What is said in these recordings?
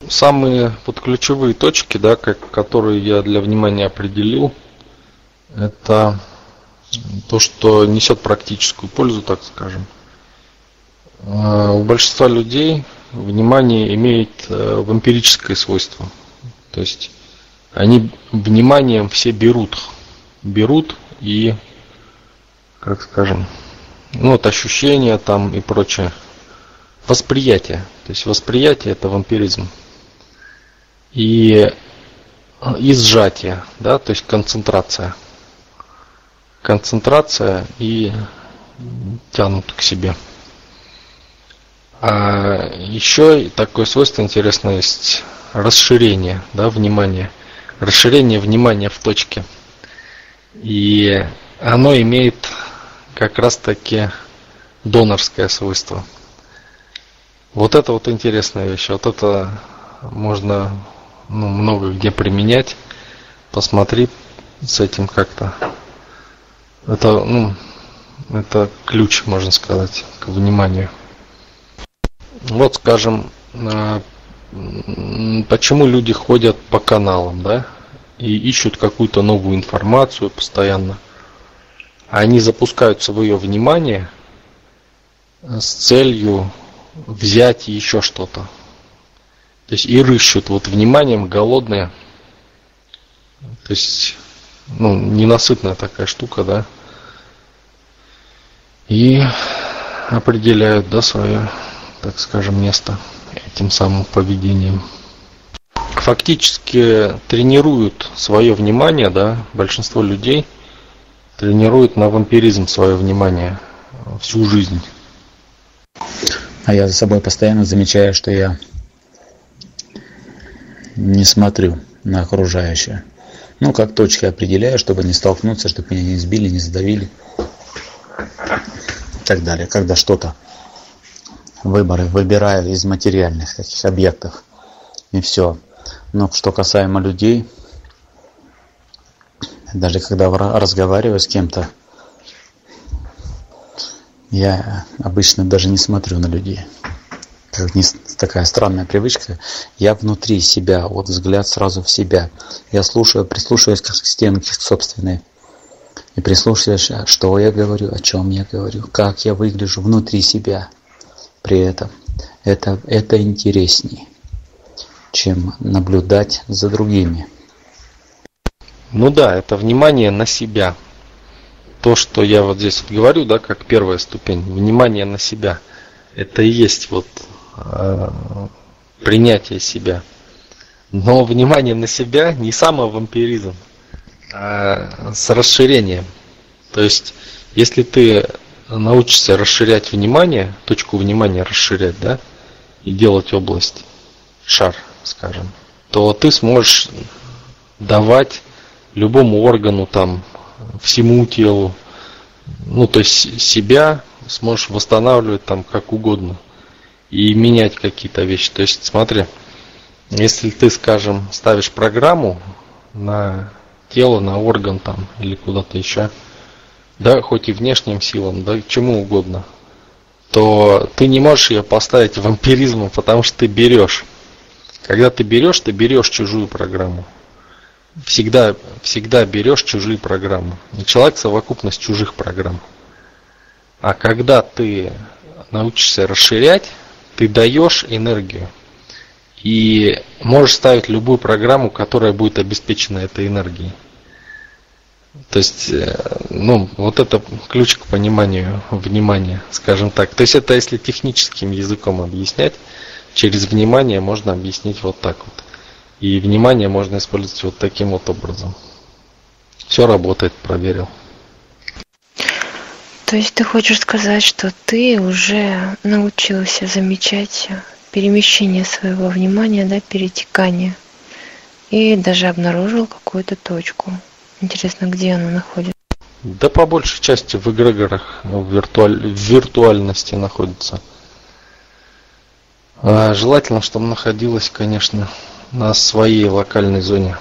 самые вот ключевые точки, да, которые я для внимания определил, это то, что несет практическую пользу, так скажем. У большинства людей внимание имеет вампирическое свойство. То есть они вниманием все берут и, как скажем, ну вот ощущения там и прочее. Восприятие. То есть восприятие — это вампиризм. И сжатие, да, то есть концентрация. Концентрация и тянут к себе. А еще такое свойство интересное есть — расширение, да, внимания. Расширение внимания в точке. И оно имеет как раз таки донорское свойство. Вот это вот интересная вещь. Вот это можно много где применять. Посмотри с этим как-то. Это ключ, можно сказать, к вниманию. Вот, скажем, почему люди ходят по каналам, да, и ищут какую-то новую информацию постоянно. Они запускают свое внимание с целью взять еще что-то. То есть и рыщут вот вниманием голодные. То есть, ненасытная такая штука, да. И определяют, да, свое, так скажем, место этим самым поведением. Фактически тренируют свое внимание, да, большинство людей тренируют на вампиризм свое внимание всю жизнь. А я за собой постоянно замечаю, что я не смотрю на окружающее. Как точки определяю, чтобы не столкнуться, чтобы меня не сбили, не задавили. И так далее. Когда что-то выбираю из материальных таких объектов. И все. Но что касаемо людей, даже когда разговариваю с кем-то, я обычно даже не смотрю на людей. Такая странная привычка. Я внутри себя, вот взгляд сразу в себя. Я прислушиваюсь к стенке собственной. И прислушиваюсь, что я говорю, о чем я говорю, как я выгляжу внутри себя. При этом это интереснее, чем наблюдать за другими. Это внимание на себя. То, что я вот здесь вот говорю, да, как первая ступень, внимание на себя. Это и есть принятие себя. Но внимание на себя не самовампиризм, а с расширением. То есть, если ты научишься расширять внимание, точку внимания расширять, да, и делать область, шар, скажем, то ты сможешь давать любому органу, там, всему телу, то есть себя сможешь восстанавливать там как угодно и менять какие-то вещи. То есть, смотри, если ты, скажем, ставишь программу на тело, на орган там или куда-то еще, да, хоть и внешним силам, да, чему угодно, то ты не можешь ее поставить вампиризмом, потому что ты берешь. Когда ты берешь чужую программу. Всегда берешь чужие программы. И человек — совокупность чужих программ. А когда ты научишься расширять, ты даешь энергию. И можешь ставить любую программу, которая будет обеспечена этой энергией. То есть, вот это ключ к пониманию внимания, скажем так. То есть, это если техническим языком объяснять, через внимание можно объяснить вот так вот. И внимание можно использовать вот таким вот образом. Все работает, проверил. То есть ты хочешь сказать, что ты уже научился замечать перемещение своего внимания, да, перетекание, и даже обнаружил какую-то точку. Интересно, где она находится? Да по большей части в эгрегорах, в виртуальности находится. Желательно, чтобы находилась, конечно, на своей локальной зоне.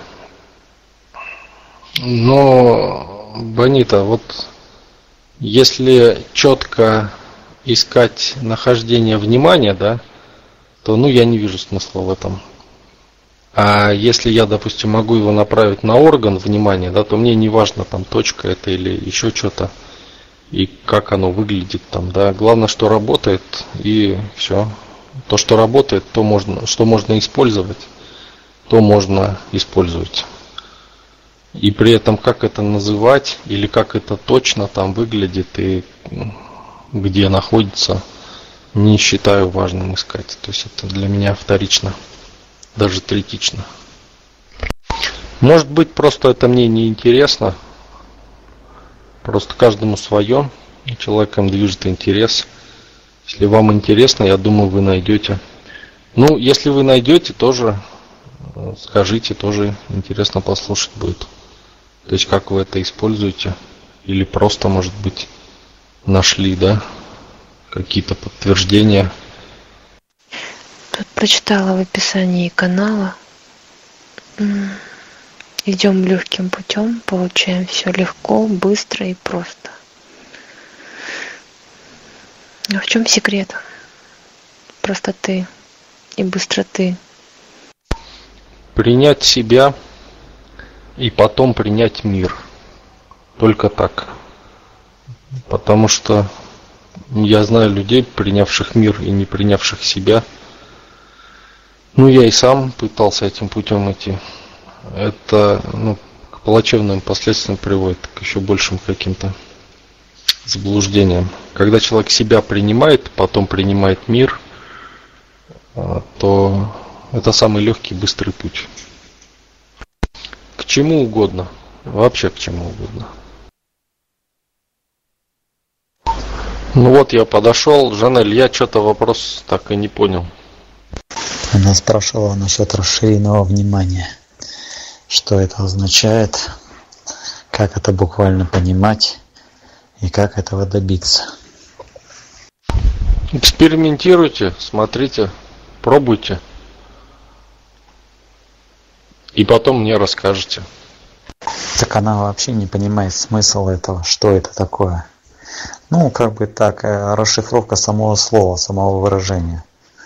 Но, Бонита, вот если четко искать нахождение внимания, да, то я не вижу смысла в этом. А если я, допустим, могу его направить на орган внимания, да, то мне не важно, там точка это или еще что-то, и как оно выглядит там, да. Главное, что работает, и все. То, что работает, то можно, что можно использовать, то можно использовать. И при этом, как это называть, или как это точно там выглядит, и где находится, не считаю важным искать. То есть это для меня вторично, даже третично. Может быть, просто это мне не интересно. Просто каждому свое. Человеком движет интерес. Если вам интересно, я думаю, вы найдете. Ну, если вы найдете, тоже скажите, тоже интересно послушать будет. То есть, как вы это используете. Или просто, может быть, нашли, да, какие-то подтверждения. Тут прочитала в описании канала. Идем легким путем, получаем все легко, быстро и просто. А в чем секрет простоты и быстроты? Принять себя и потом принять мир. Только так. Потому что я знаю людей, принявших мир и не принявших себя. Ну, я и сам пытался этим путем идти. Это, к плачевным последствиям приводит, к еще большим каким-то заблуждениям. Когда человек себя принимает, потом принимает мир, то это самый легкий, быстрый путь. К чему угодно. Вообще к чему угодно. Ну вот я подошел. Жанель, я что-то вопрос так и не понял. Она спрашивала насчет расширенного внимания. Что это означает, как это буквально понимать и как этого добиться. Экспериментируйте, смотрите, пробуйте. И потом мне расскажете. Так она вообще не понимает смысл этого, что это такое. Ну, как бы так, расшифровка самого слова, самого выражения.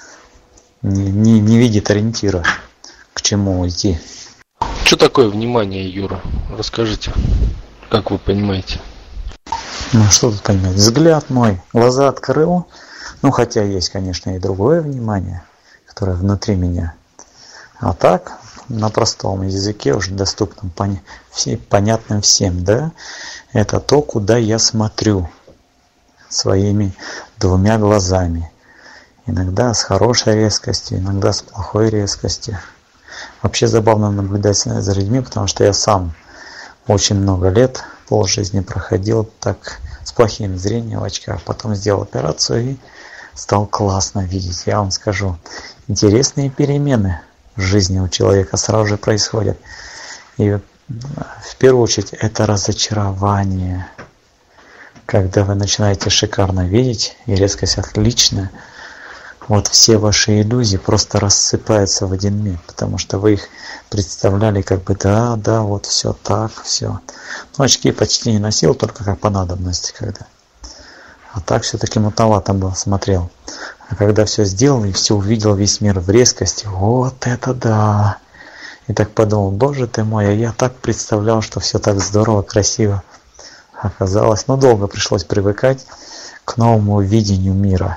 Не видит ориентира, к чему идти. Что такое внимание, Юра? Расскажите, как вы понимаете? Ну, что тут понимать? Взгляд мой, глаза открыл. Ну, хотя есть, конечно, и другое внимание, которое внутри меня. А так, на простом языке, уже доступном, понятным всем, да, это то, куда я смотрю своими двумя глазами. Иногда с хорошей резкостью, иногда с плохой резкостью. Вообще забавно наблюдать за людьми, потому что я сам очень много лет, полжизни проходил так с плохим зрением в очках. Потом сделал операцию и стал классно видеть. Я вам скажу, интересные перемены в жизни у человека сразу же происходят. И в первую очередь это разочарование. Когда вы начинаете шикарно видеть, и резкость отличная, вот все ваши иллюзии просто рассыпаются в один миг, потому что вы их представляли как бы да, вот все так, все. Но очки почти не носил, только как по надобности когда. А так все-таки мутновато был, смотрел. А когда все сделал и все увидел, весь мир в резкости, вот это да! И так подумал, боже ты мой, а я так представлял, что все так здорово, красиво оказалось. Но долго пришлось привыкать к новому видению мира.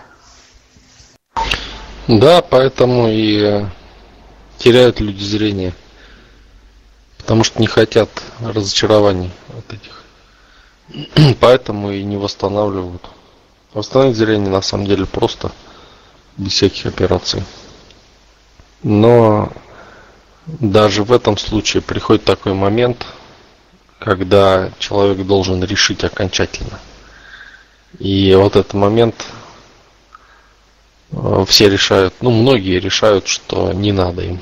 Да, поэтому и теряют люди зрение. Потому что не хотят разочарований от этих. Поэтому и не восстанавливают. Восстановить зрение на самом деле просто, без всяких операций. Но даже в этом случае приходит такой момент, когда человек должен решить окончательно. И вот этот момент все решают, многие решают, что не надо им.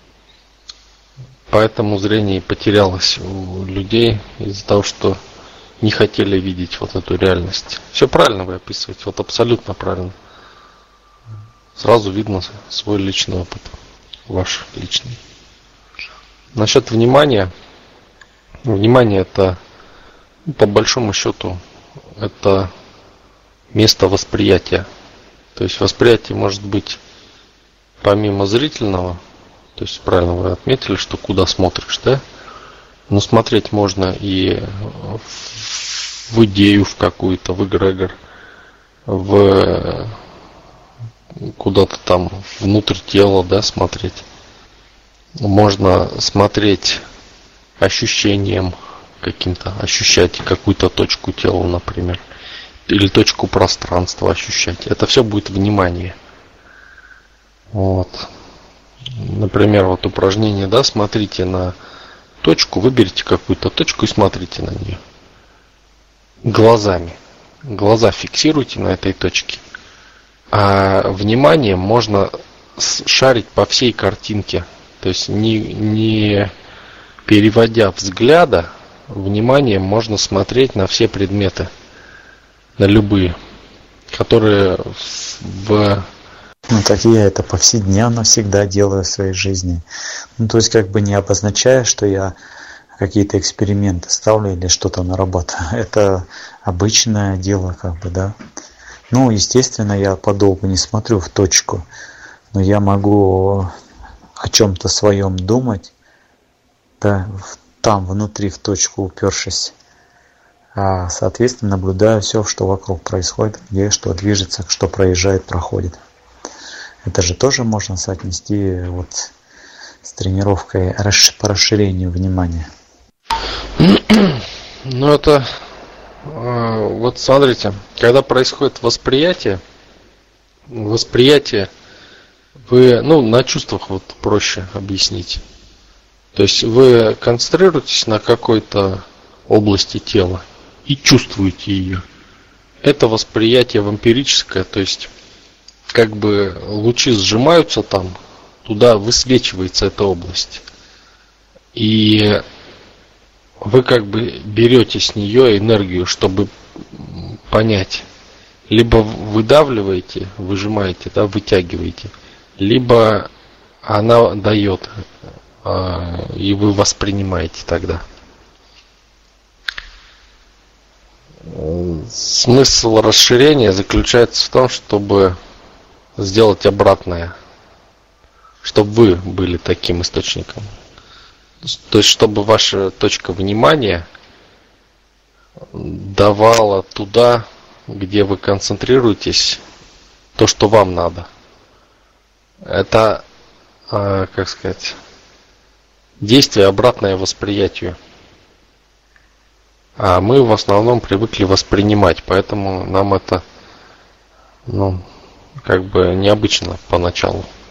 Поэтому зрение потерялось у людей из-за того, что не хотели видеть вот эту реальность. Все правильно вы описываете, вот абсолютно правильно. Сразу видно свой личный опыт, ваш личный. Насчет внимания. Внимание это, по большому счету, это место восприятия. То есть восприятие может быть помимо зрительного, То есть правильно вы отметили, что куда смотришь, да? Но смотреть можно и в идею в какую-то, в эгрегор, в куда-то там внутрь тела, да, смотреть. Можно смотреть ощущением каким-то, ощущать какую-то точку тела, например, или точку пространства ощущать. Это все будет внимание. Вот. Например, вот упражнение, да, смотрите на точку, выберите какую-то точку и смотрите на нее. Глазами. Глаза фиксируйте на этой точке. А вниманием можно шарить по всей картинке. То есть не переводя взгляда, вниманием можно смотреть на все предметы. На любые. Которые в... Ну, так я это повседневно всегда делаю в своей жизни. Ну, то есть, как бы не обозначая, что я какие-то эксперименты ставлю или что-то нарабатываю. Это обычное дело, как бы, да. Ну, естественно, я подолгу не смотрю в точку, но я могу о чем-то своем думать, да, там, внутри, в точку упершись. А, соответственно, наблюдаю все, что вокруг происходит, где что движется, что проезжает, проходит. Это же тоже можно соотнести вот с тренировкой по расширению внимания. Ну, это... Вот смотрите, когда происходит восприятие, вы, ну, на чувствах вот проще объяснить. То есть вы концентрируетесь на какой-то области тела и чувствуете ее. Это восприятие вампирическое, то есть как бы лучи сжимаются там, туда высвечивается эта область. И вы как бы берете с нее энергию, чтобы понять. Либо выдавливаете, выжимаете, да, вытягиваете, либо она дает, и вы воспринимаете тогда. Смысл расширения заключается в том, чтобы сделать обратное, чтобы вы были таким источником. То есть, чтобы ваша точка внимания давала туда, где вы концентрируетесь, то, что вам надо. Это, как сказать, действие обратное восприятию. А мы в основном привыкли воспринимать, поэтому нам это, ну, как бы необычно поначалу.